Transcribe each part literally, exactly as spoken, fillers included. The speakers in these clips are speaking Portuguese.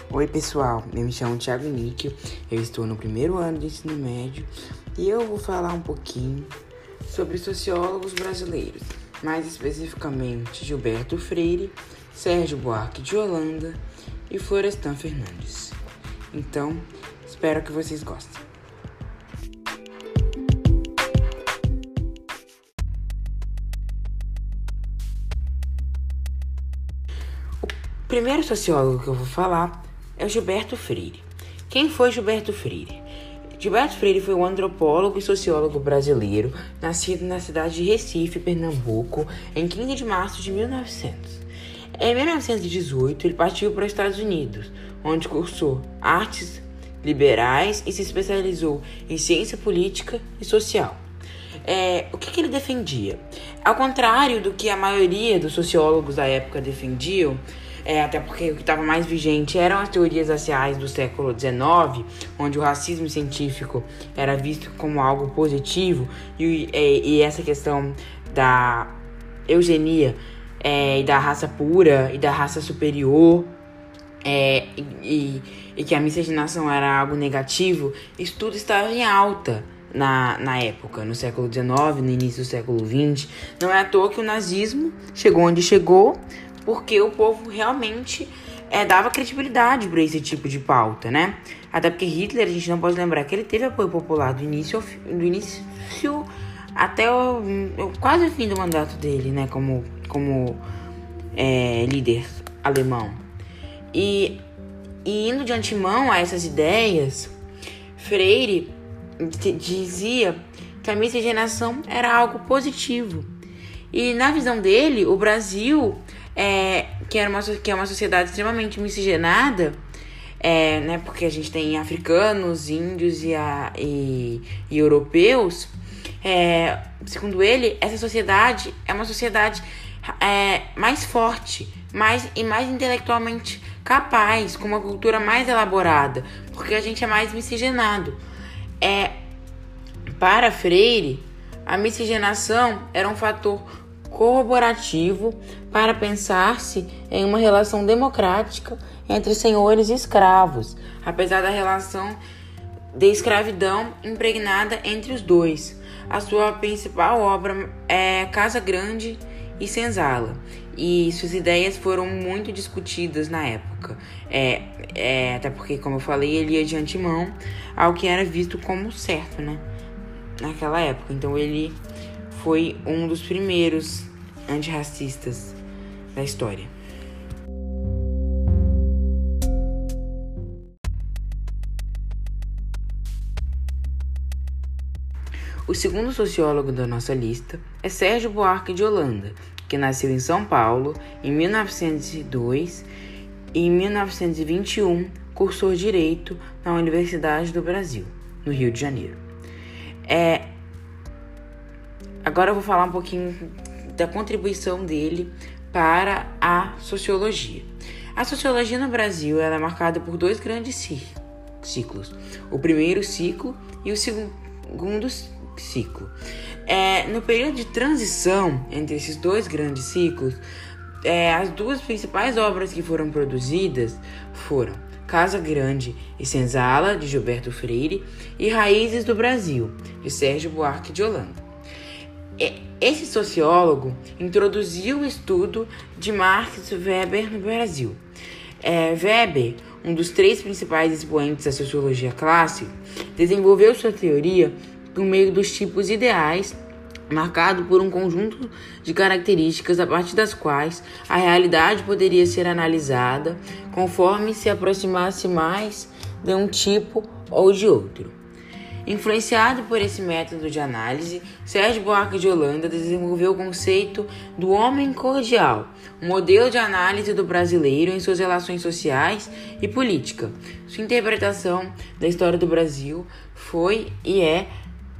Oi pessoal, eu me chamo Thiago Níquel, eu estou no primeiro ano do ensino médio e eu vou falar um pouquinho sobre sociólogos brasileiros, mais especificamente Gilberto Freire, Sérgio Buarque de Holanda e Florestan Fernandes. Então, espero que vocês gostem. O primeiro sociólogo que eu vou falar é o Gilberto Freire. Quem foi Gilberto Freire? Gilberto Freire foi um antropólogo e sociólogo brasileiro, nascido na cidade de Recife, Pernambuco, em quinze de março de mil e novecentos. Em mil novecentos e dezoito, ele partiu para os Estados Unidos, onde cursou artes liberais e se especializou em ciência política e social. É, o que, que ele defendia? Ao contrário do que a maioria dos sociólogos da época defendiam, É, até porque o que estava mais vigente eram as teorias raciais do século dezenove, onde o racismo científico era visto como algo positivo e, e, e essa questão da eugenia é, e da raça pura e da raça superior é, e, e, e que a miscigenação era algo negativo, isso tudo estava em alta na, na época, no século dezenove, no início do século vinte. Não é à toa que o nazismo chegou onde chegou, porque o povo realmente é, dava credibilidade para esse tipo de pauta, né? Até porque Hitler, a gente não pode lembrar que ele teve apoio popular do início, do início até o, quase o fim do mandato dele, né? Como, como é, líder alemão. E, e indo de antemão a essas ideias, Freire dizia que a miscigenação era algo positivo. E na visão dele, o Brasil... É, que, era uma, que é uma sociedade extremamente miscigenada, é, né, porque a gente tem africanos, índios e, a, e, e europeus. É, segundo ele, essa sociedade é uma sociedade é, mais forte mais, e mais intelectualmente capaz, com uma cultura mais elaborada, porque a gente é mais miscigenado. É, para Freire, a miscigenação era um fator corroborativo para pensar-se em uma relação democrática entre senhores e escravos, apesar da relação de escravidão impregnada entre os dois. A sua principal obra é Casa Grande e Senzala, e suas ideias foram muito discutidas na época, é, é, até porque, como eu falei, ele ia de antemão ao que era visto como certo, né, naquela época. Então ele foi um dos primeiros antirracistas da história. O segundo sociólogo da nossa lista é Sérgio Buarque de Holanda, que nasceu em São Paulo em mil novecentos e dois e em mil novecentos e vinte e um cursou Direito na Universidade do Brasil, no Rio de Janeiro. É... Agora eu vou falar um pouquinho da contribuição dele para a sociologia. A sociologia no Brasil ela é marcada por dois grandes ciclos. O primeiro ciclo e o segundo ciclo. É, no período de transição entre esses dois grandes ciclos, é, as duas principais obras que foram produzidas foram Casa Grande e Senzala, de Gilberto Freire, e Raízes do Brasil, de Sérgio Buarque de Holanda. Esse sociólogo introduziu o estudo de Marx Weber no Brasil. É, Weber, um dos três principais expoentes da sociologia clássica, desenvolveu sua teoria por meio dos tipos ideais, marcado por um conjunto de características a partir das quais a realidade poderia ser analisada conforme se aproximasse mais de um tipo ou de outro. Influenciado por esse método de análise, Sérgio Buarque de Holanda desenvolveu o conceito do homem cordial, um modelo de análise do brasileiro em suas relações sociais e política. Sua interpretação da história do Brasil foi e é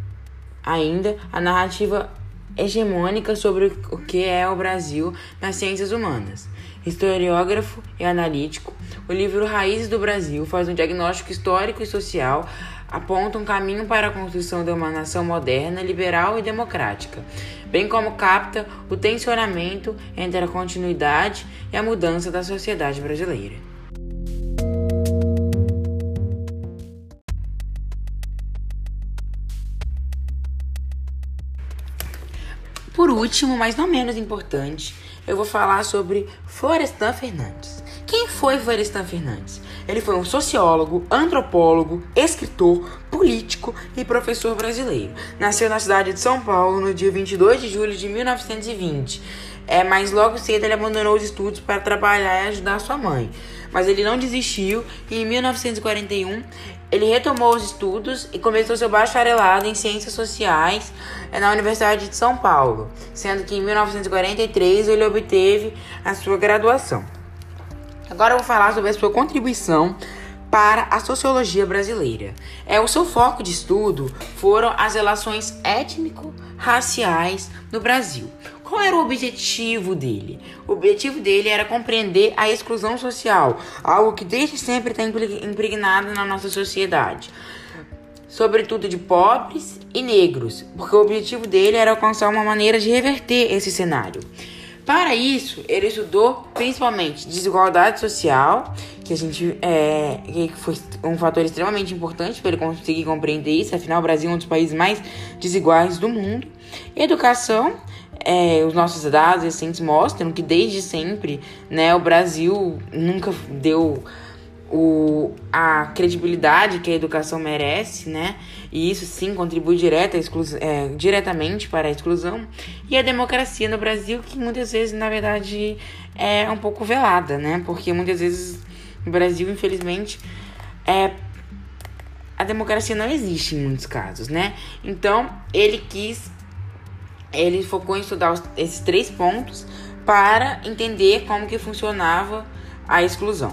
ainda a narrativa hegemônica sobre o que é o Brasil nas ciências humanas. Historiógrafo e analítico, o livro Raízes do Brasil faz um diagnóstico histórico e social, aponta um caminho para a construção de uma nação moderna, liberal e democrática, bem como capta o tensionamento entre a continuidade e a mudança da sociedade brasileira. último, mas não menos importante, eu vou falar sobre Florestan Fernandes. Quem foi Florestan Fernandes? Ele foi um sociólogo, antropólogo, escritor, político e professor brasileiro. Nasceu na cidade de São Paulo no dia vinte e dois de julho de mil novecentos e vinte. É, mas logo cedo ele abandonou os estudos para trabalhar e ajudar sua mãe. Mas ele não desistiu e em mil novecentos e quarenta e um ele retomou os estudos e começou seu bacharelado em Ciências Sociais na Universidade de São Paulo, sendo que em mil novecentos e quarenta e três ele obteve a sua graduação. Agora eu vou falar sobre a sua contribuição para a sociologia brasileira. É, o seu foco de estudo foram as relações étnico-raciais no Brasil. Qual era o objetivo dele? O objetivo dele era compreender a exclusão social, algo que desde sempre está impregnado na nossa sociedade, sobretudo de pobres e negros, porque o objetivo dele era alcançar uma maneira de reverter esse cenário. Para isso, ele estudou principalmente desigualdade social, que a gente é, que foi um fator extremamente importante para ele conseguir compreender isso. Afinal, o Brasil é um dos países mais desiguais do mundo. Educação, é, os nossos dados recentes mostram que desde sempre, né, o Brasil nunca deu o, a credibilidade que a educação merece, né? E isso sim contribui direta, exclu- é, diretamente para a exclusão. E a democracia no Brasil, que muitas vezes, na verdade, é um pouco velada, né? Porque muitas vezes no Brasil, infelizmente, é, a democracia não existe em muitos casos, né? Então, ele quis, ele focou em estudar os, esses três pontos para entender como que funcionava a exclusão.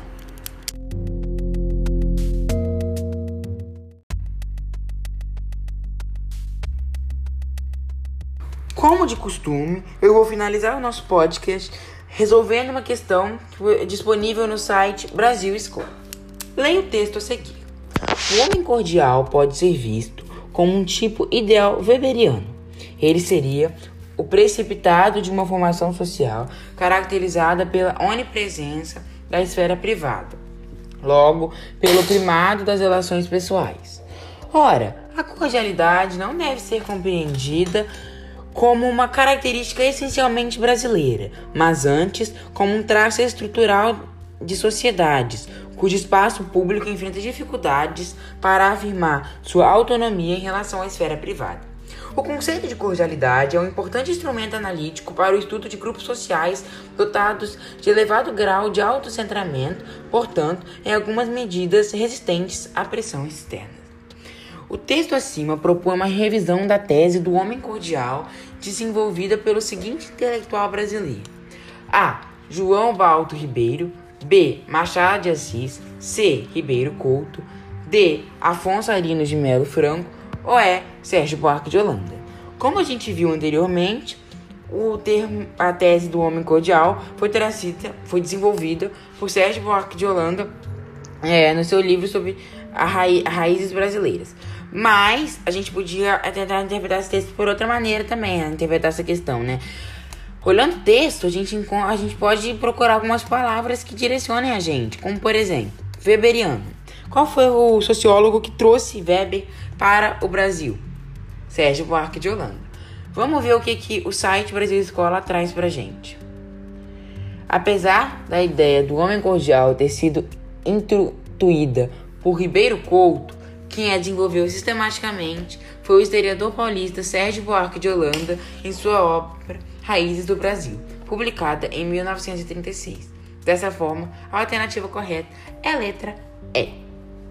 Como de costume, eu vou finalizar o nosso podcast resolvendo uma questão disponível no site Brasil Escola. Leia o texto a seguir. O homem cordial pode ser visto como um tipo ideal weberiano. Ele seria o precipitado de uma formação social caracterizada pela onipresença da esfera privada, logo, pelo primado das relações pessoais. Ora, a cordialidade não deve ser compreendida como uma característica essencialmente brasileira, mas antes como um traço estrutural de sociedades, cujo espaço público enfrenta dificuldades para afirmar sua autonomia em relação à esfera privada. O conceito de cordialidade é um importante instrumento analítico para o estudo de grupos sociais dotados de elevado grau de autocentramento, portanto, em algumas medidas resistentes à pressão externa. O texto acima propõe uma revisão da tese do homem cordial desenvolvida pelo seguinte intelectual brasileiro: A. João Balto Ribeiro, B. Machado de Assis, C. Ribeiro Couto, D. Afonso Arinos de Melo Franco ou E. Sérgio Buarque de Holanda. Como a gente viu anteriormente, o termo, a tese do homem cordial foi, trazida, foi desenvolvida por Sérgio Buarque de Holanda é, no seu livro sobre a raiz, raízes brasileiras. Mas a gente podia tentar interpretar esse texto por outra maneira também, né? Interpretar essa questão, né? Olhando o texto, a gente, a gente pode procurar algumas palavras que direcionem a gente, como por exemplo, weberiano. Qual foi o sociólogo que trouxe Weber para o Brasil? Sérgio Buarque de Holanda. Vamos ver o que, que o site Brasil Escola traz pra gente. Apesar da ideia do homem cordial ter sido intuída por Ribeiro Couto, quem a desenvolveu sistematicamente foi o historiador paulista Sérgio Buarque de Holanda em sua obra Raízes do Brasil, publicada em mil novecentos e trinta e seis. Dessa forma, a alternativa correta é a letra E.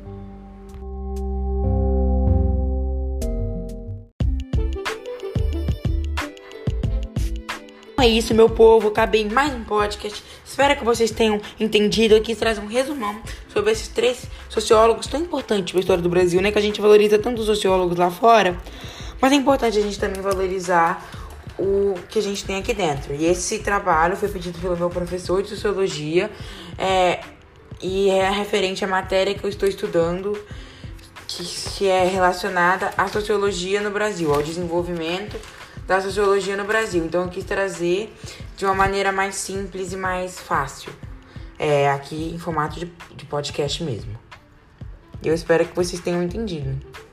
É isso, meu povo. Acabei em mais um podcast. Espero que vocês tenham entendido. Aqui traz um resumão sobre esses três sociólogos tão importantes para a história do Brasil, né? Que a gente valoriza tanto os sociólogos lá fora, mas é importante a gente também valorizar o que a gente tem aqui dentro. E esse trabalho foi pedido pelo meu professor de sociologia é, e é referente à matéria que eu estou estudando, que, que é relacionada à sociologia no Brasil, ao desenvolvimento da sociologia no Brasil. Então eu quis trazer de uma maneira mais simples e mais fácil, é, aqui em formato de, de podcast mesmo. Eu espero que vocês tenham entendido.